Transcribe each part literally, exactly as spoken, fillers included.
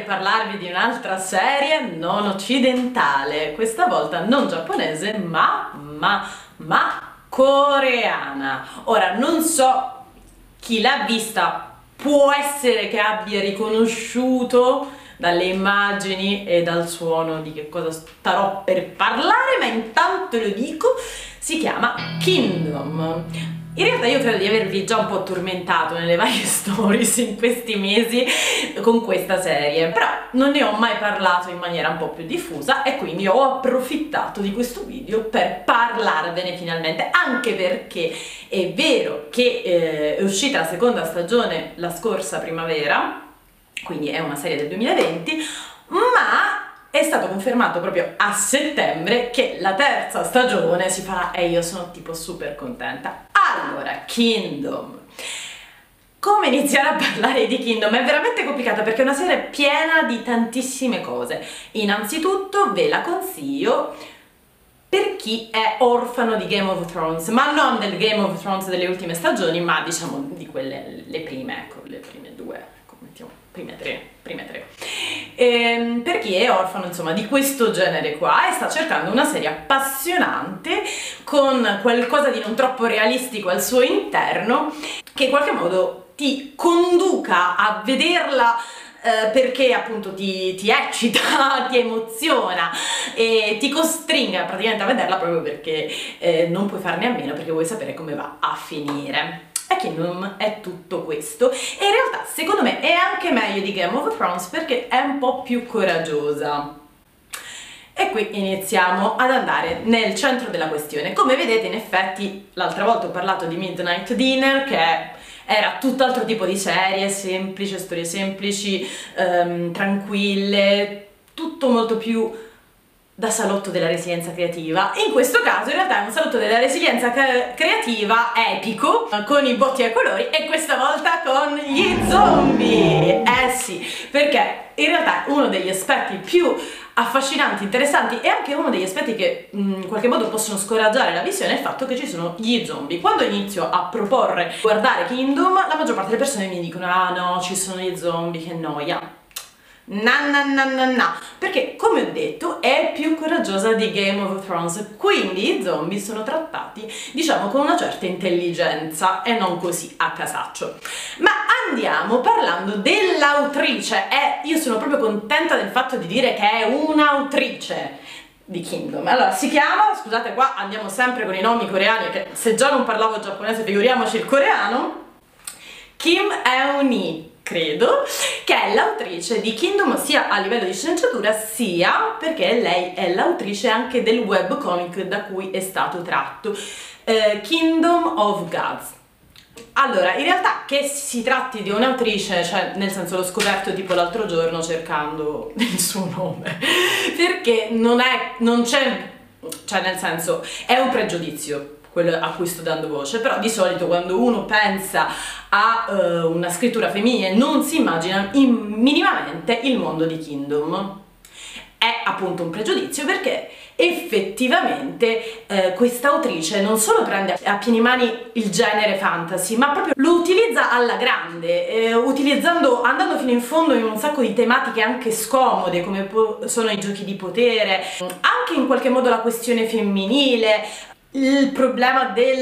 parlarvi di un'altra serie non occidentale, questa volta non giapponese ma, ma, ma coreana. Ora, non so chi l'ha vista, può essere che abbia riconosciuto dalle immagini e dal suono di che cosa starò per parlare, ma intanto lo dico, si chiama Kingdom. In realtà io credo di avervi già un po' tormentato nelle varie stories in questi mesi con questa serie, però non ne ho mai parlato in maniera un po' più diffusa e quindi ho approfittato di questo video per parlarvene finalmente, anche perché è vero che eh, è uscita la seconda stagione la scorsa primavera, quindi è una serie del duemilaventi, ma è stato confermato proprio a settembre che la terza stagione si farà e io sono tipo super contenta. Allora, Kingdom. Come iniziare a parlare di Kingdom? È veramente complicata perché è una serie piena di tantissime cose. Innanzitutto ve la consiglio per chi è orfano di Game of Thrones, ma non del Game of Thrones delle ultime stagioni, ma diciamo di quelle, le prime, ecco, le prime due, ecco, mettiamo, prime tre, prime tre. Ehm, per chi è orfano, insomma, di questo genere qua e sta cercando una serie appassionante con qualcosa di non troppo realistico al suo interno, che in qualche modo ti conduca a vederla eh, perché appunto ti, ti eccita, ti emoziona e ti costringa praticamente a vederla proprio perché eh, non puoi farne a meno, perché vuoi sapere come va a finire. E Kingdom è tutto questo e in realtà secondo me è anche meglio di Game of Thrones perché è un po' più coraggiosa. E qui iniziamo ad andare nel centro della questione. Come vedete, in effetti l'altra volta ho parlato di Midnight Dinner, che era tutt'altro tipo di serie, semplice, storie semplici, ehm, tranquille, tutto molto più da salotto della resilienza creativa. In questo caso in realtà è un salotto della resilienza creativa epico, con i botti a colori e questa volta con gli zombie. Eh sì, perché in realtà uno degli aspetti più affascinanti, interessanti e anche uno degli aspetti che mh, in qualche modo possono scoraggiare la visione è il fatto che ci sono gli zombie. Quando inizio a proporre guardare Kingdom, la maggior parte delle persone mi dicono ah no, ci sono gli zombie, che noia. Na na na na na, perché come ho detto è più coraggiosa di Game of Thrones, quindi i zombie sono trattati diciamo con una certa intelligenza e non così a casaccio. Ma andiamo parlando dell'autrice e io sono proprio contenta del fatto di dire che è un'autrice di Kingdom. Allora si chiama, scusate qua andiamo sempre con i nomi coreani che se già non parlavo giapponese figuriamoci il coreano, Kim Eun-hee credo, che è l'autrice di Kingdom sia a livello di sceneggiatura sia perché lei è l'autrice anche del webcomic da cui è stato tratto, eh, Kingdom of Gods. Allora, in realtà che si tratti di un'autrice, cioè nel senso l'ho scoperto tipo l'altro giorno cercando il suo nome, perché non è, non c'è, cioè nel senso è un pregiudizio quello a cui sto dando voce, però di solito quando uno pensa a uh, una scrittura femminile non si immagina in, minimamente il mondo di Kingdom. È appunto un pregiudizio perché effettivamente eh, questa autrice non solo prende a pieni mani il genere fantasy, ma proprio lo utilizza alla grande, eh, utilizzando, andando fino in fondo in un sacco di tematiche anche scomode come sono i giochi di potere, anche in qualche modo la questione femminile, il problema del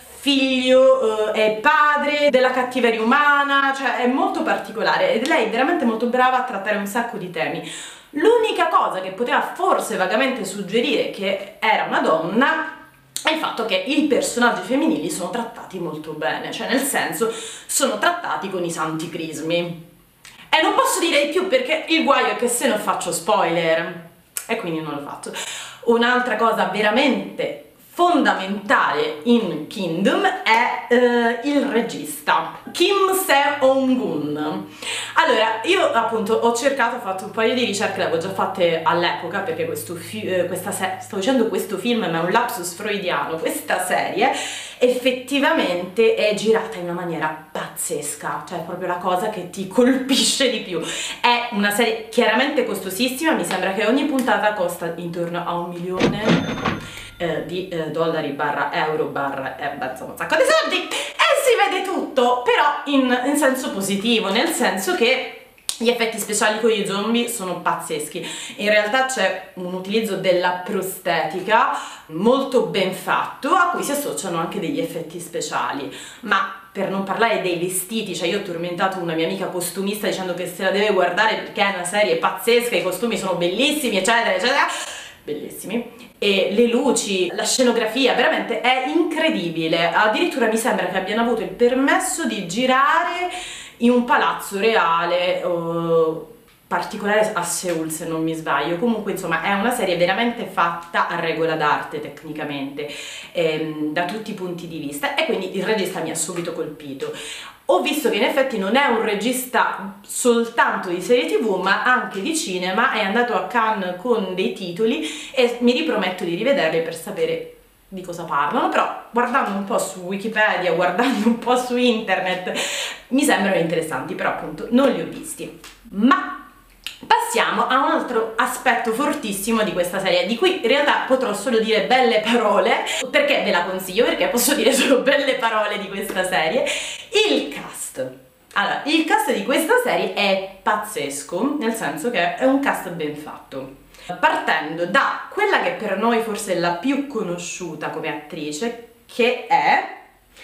figlio eh, e padre, della cattiveria umana, cioè è molto particolare ed lei è veramente molto brava a trattare un sacco di temi. L'unica cosa che poteva forse vagamente suggerire che era una donna è il fatto che i personaggi femminili sono trattati molto bene, cioè nel senso sono trattati con i santi crismi. E non posso dire di più perché il guaio è che se non faccio spoiler e quindi non lo faccio. Un'altra cosa veramente fondamentale in Kingdom è eh, il regista Kim Se-ong-gun. Allora, io appunto ho cercato, ho fatto un paio di ricerche, le avevo già fatte all'epoca perché questo eh, questa serie, sto dicendo questo film ma è un lapsus freudiano, questa serie effettivamente è girata in una maniera pazzesca, cioè proprio la cosa che ti colpisce di più. È una serie chiaramente costosissima, mi sembra che ogni puntata costa intorno a un milione Eh, di eh, dollari barra euro barra eh, beh, insomma un sacco di soldi e si vede tutto però in, in senso positivo, nel senso che Gli effetti speciali con gli zombie sono pazzeschi, in realtà c'è un utilizzo della prostetica molto ben fatto a cui si associano anche degli effetti speciali, ma per non parlare dei vestiti, cioè io ho tormentato una mia amica costumista dicendo che se la deve guardare perché è una serie pazzesca, i costumi sono bellissimi eccetera eccetera, bellissimi, e le luci, la scenografia veramente è incredibile, addirittura mi sembra che abbiano avuto il permesso di girare in un palazzo reale uh, particolare a Seoul se non mi sbaglio. Comunque insomma è una serie veramente fatta a regola d'arte tecnicamente, ehm, da tutti i punti di vista, e quindi il regista mi ha subito colpito. Ho visto che in effetti non è un regista soltanto di serie tv ma anche di cinema, è andato a Cannes con dei titoli e mi riprometto di rivederli per sapere di cosa parlano, però guardando un po' su Wikipedia, guardando un po' su internet mi sembrano interessanti, però appunto non li ho visti. Ma passiamo a un altro aspetto fortissimo di questa serie, di cui in realtà potrò solo dire belle parole, perché ve la consiglio, perché posso dire solo belle parole di questa serie: il cast. Allora, il cast di questa serie è pazzesco, nel senso che è un cast ben fatto. Partendo da quella che per noi forse è la più conosciuta come attrice, che è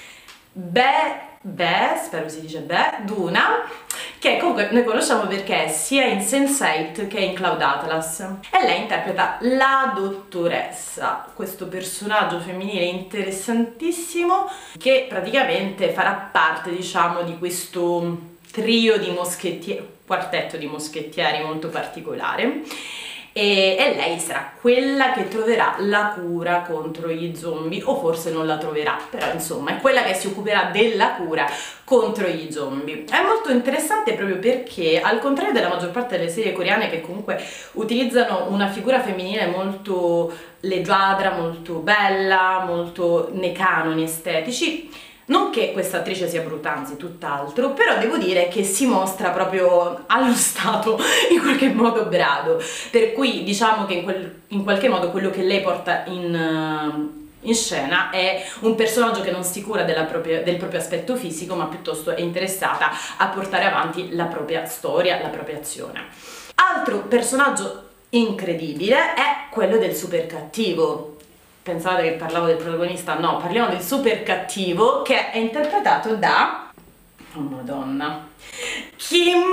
Be, Be spero si dice Be Doona, che comunque noi conosciamo perché è sia in sense eight che in Cloud Atlas, e lei interpreta la dottoressa, questo personaggio femminile interessantissimo che praticamente farà parte, diciamo, di questo trio di moschettieri, quartetto di moschettieri molto particolare. E, e lei sarà quella che troverà la cura contro gli zombie, o forse non la troverà, però insomma è quella che si occuperà della cura contro gli zombie. È molto interessante proprio perché, al contrario della maggior parte delle serie coreane che comunque utilizzano una figura femminile molto leggiadra, molto bella, molto nei canoni estetici, non che questa attrice sia brutta, anzi tutt'altro, però devo dire che si mostra proprio allo stato in qualche modo brado, per cui diciamo che in, quel, in qualche modo quello che lei porta in, uh, in scena è un personaggio che non si cura della propria, del proprio aspetto fisico, ma piuttosto è interessata a portare avanti la propria storia, la propria azione. Altro personaggio incredibile è quello del super cattivo. Pensate che parlavo del protagonista? No, parliamo del super cattivo, che è interpretato da, oh madonna, Kim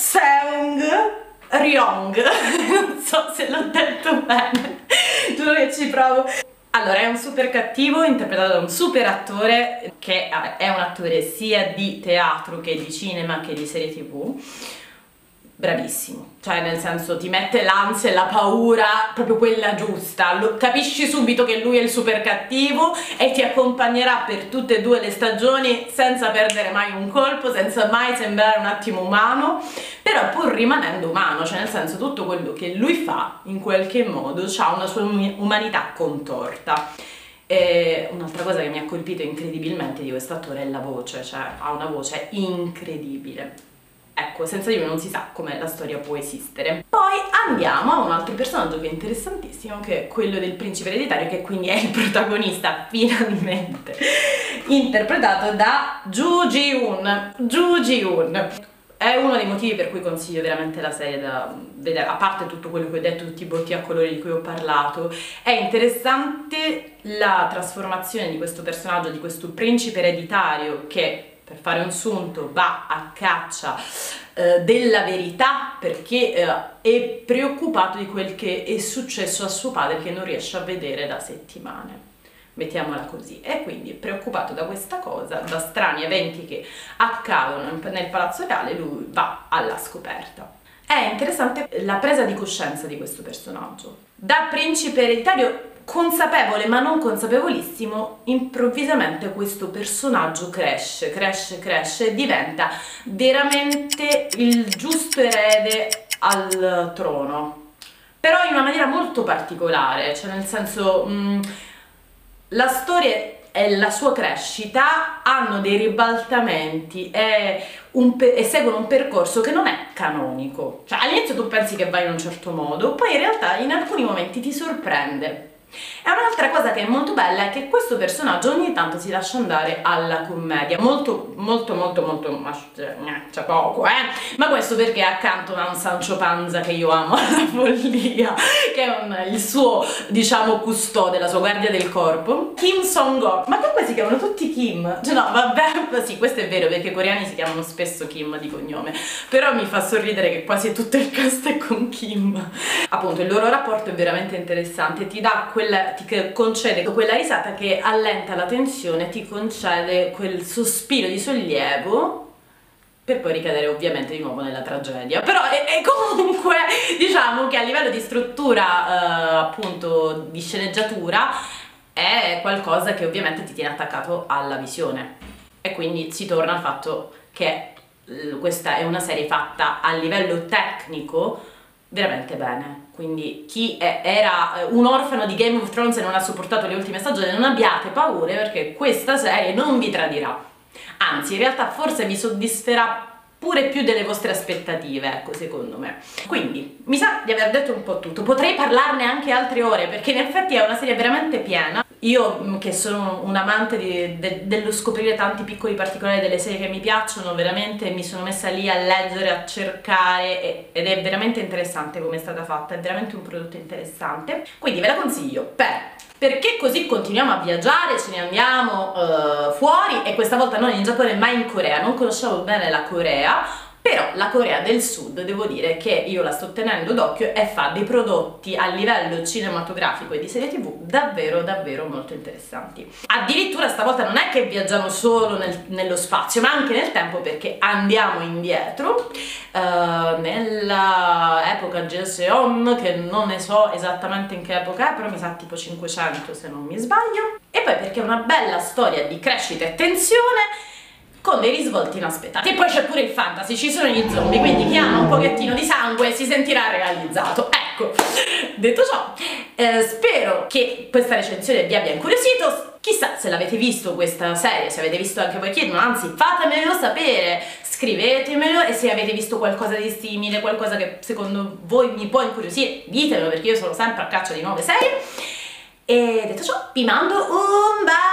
Seung-ryong, non so se l'ho detto bene, giuro che ci provo. Allora, è un super cattivo interpretato da un super attore che è un attore sia di teatro che di cinema che di serie tv. Bravissimo, cioè nel senso ti mette l'ansia e la paura, proprio quella giusta, lo, capisci subito che lui è il super cattivo e ti accompagnerà per tutte e due le stagioni senza perdere mai un colpo, senza mai sembrare un attimo umano, però pur rimanendo umano, cioè nel senso tutto quello che lui fa in qualche modo ha una sua umanità contorta. E un'altra cosa che mi ha colpito incredibilmente di quest'attore è la voce, cioè ha una voce incredibile. Ecco, senza di lui non si sa come la storia può esistere. Poi andiamo a un altro personaggio che è interessantissimo, che è quello del principe ereditario, che quindi è il protagonista, finalmente, interpretato da Joo Ji-hoon. Joo Ji-hoon è uno dei motivi per cui consiglio veramente la serie da vedere, a parte tutto quello che ho detto, tutti i botti a colori di cui ho parlato. È interessante la trasformazione di questo personaggio, di questo principe ereditario che, per fare un sunto, va a caccia eh, della verità perché eh, è preoccupato di quel che è successo a suo padre che non riesce a vedere da settimane, mettiamola così, e quindi è preoccupato da questa cosa, da strani eventi che accadono nel palazzo reale, lui va alla scoperta. È interessante la presa di coscienza di questo personaggio. Da principe ereditario consapevole ma non consapevolissimo, improvvisamente questo personaggio cresce, cresce, cresce e diventa veramente il giusto erede al trono, però in una maniera molto particolare, cioè nel senso mh, la storia e la sua crescita hanno dei ribaltamenti e, un e seguono un percorso che non è canonico, cioè all'inizio tu pensi che vai in un certo modo, poi in realtà in alcuni momenti ti sorprende. E un'altra cosa che è molto bella è che questo personaggio ogni tanto si lascia andare alla commedia, molto molto molto molto, ma c'è poco, eh, ma questo perché accanto a un Sancho Panza che io amo alla follia, che è un, il suo, diciamo, custode, la sua guardia del corpo, Kim Song-ho, ma comunque si chiamano tutti Kim, cioè no, vabbè, sì, questo è vero perché i coreani si chiamano spesso Kim di cognome, però mi fa sorridere che quasi tutto il cast è con Kim. Appunto, il loro rapporto è veramente interessante, ti dà quella, ti concede quella risata che allenta la tensione, ti concede quel sospiro di sollievo per poi ricadere ovviamente di nuovo nella tragedia. Però è, è comunque, diciamo che a livello di struttura, eh, appunto di sceneggiatura, è qualcosa che ovviamente ti tiene attaccato alla visione, e quindi si torna al fatto che questa è una serie fatta a livello tecnico veramente bene. Quindi chi è, era un orfano di Game of Thrones e non ha sopportato le ultime stagioni, non abbiate paure, perché questa serie non vi tradirà, anzi in realtà forse vi soddisferà pure più delle vostre aspettative, ecco, secondo me. Quindi mi sa di aver detto un po' tutto, potrei parlarne anche altre ore perché in effetti è una serie veramente piena. Io che sono un amante di, de, dello scoprire tanti piccoli particolari delle serie che mi piacciono, veramente mi sono messa lì a leggere, a cercare, e, ed è veramente interessante come è stata fatta, è veramente un prodotto interessante, quindi ve la consiglio per perché così continuiamo a viaggiare, ce ne andiamo uh, fuori, e questa volta non in Giappone ma in Corea. Non conoscevo bene la Corea, però la Corea del Sud devo dire che io la sto tenendo d'occhio e fa dei prodotti a livello cinematografico e di serie tv davvero davvero molto interessanti. Addirittura stavolta non è che viaggiamo solo nel, nello spazio ma anche nel tempo, perché andiamo indietro uh, nella epoca Joseon, che non ne so esattamente in che epoca è, però mi sa tipo cinquecento se non mi sbaglio, e poi perché è una bella storia di crescita e tensione con dei risvolti inaspettati. E poi c'è pure il fantasy, ci sono gli zombie, quindi chi ama un pochettino di sangue si sentirà realizzato. Ecco, detto ciò, eh, spero che questa recensione vi abbia incuriosito. Chissà se l'avete visto questa serie, se avete visto anche voi Kidman, anzi fatemelo sapere, scrivetemelo, e se avete visto qualcosa di simile, qualcosa che secondo voi mi può incuriosire, ditemelo, perché io sono sempre a caccia di nuove serie. E detto ciò, vi mando un bacio!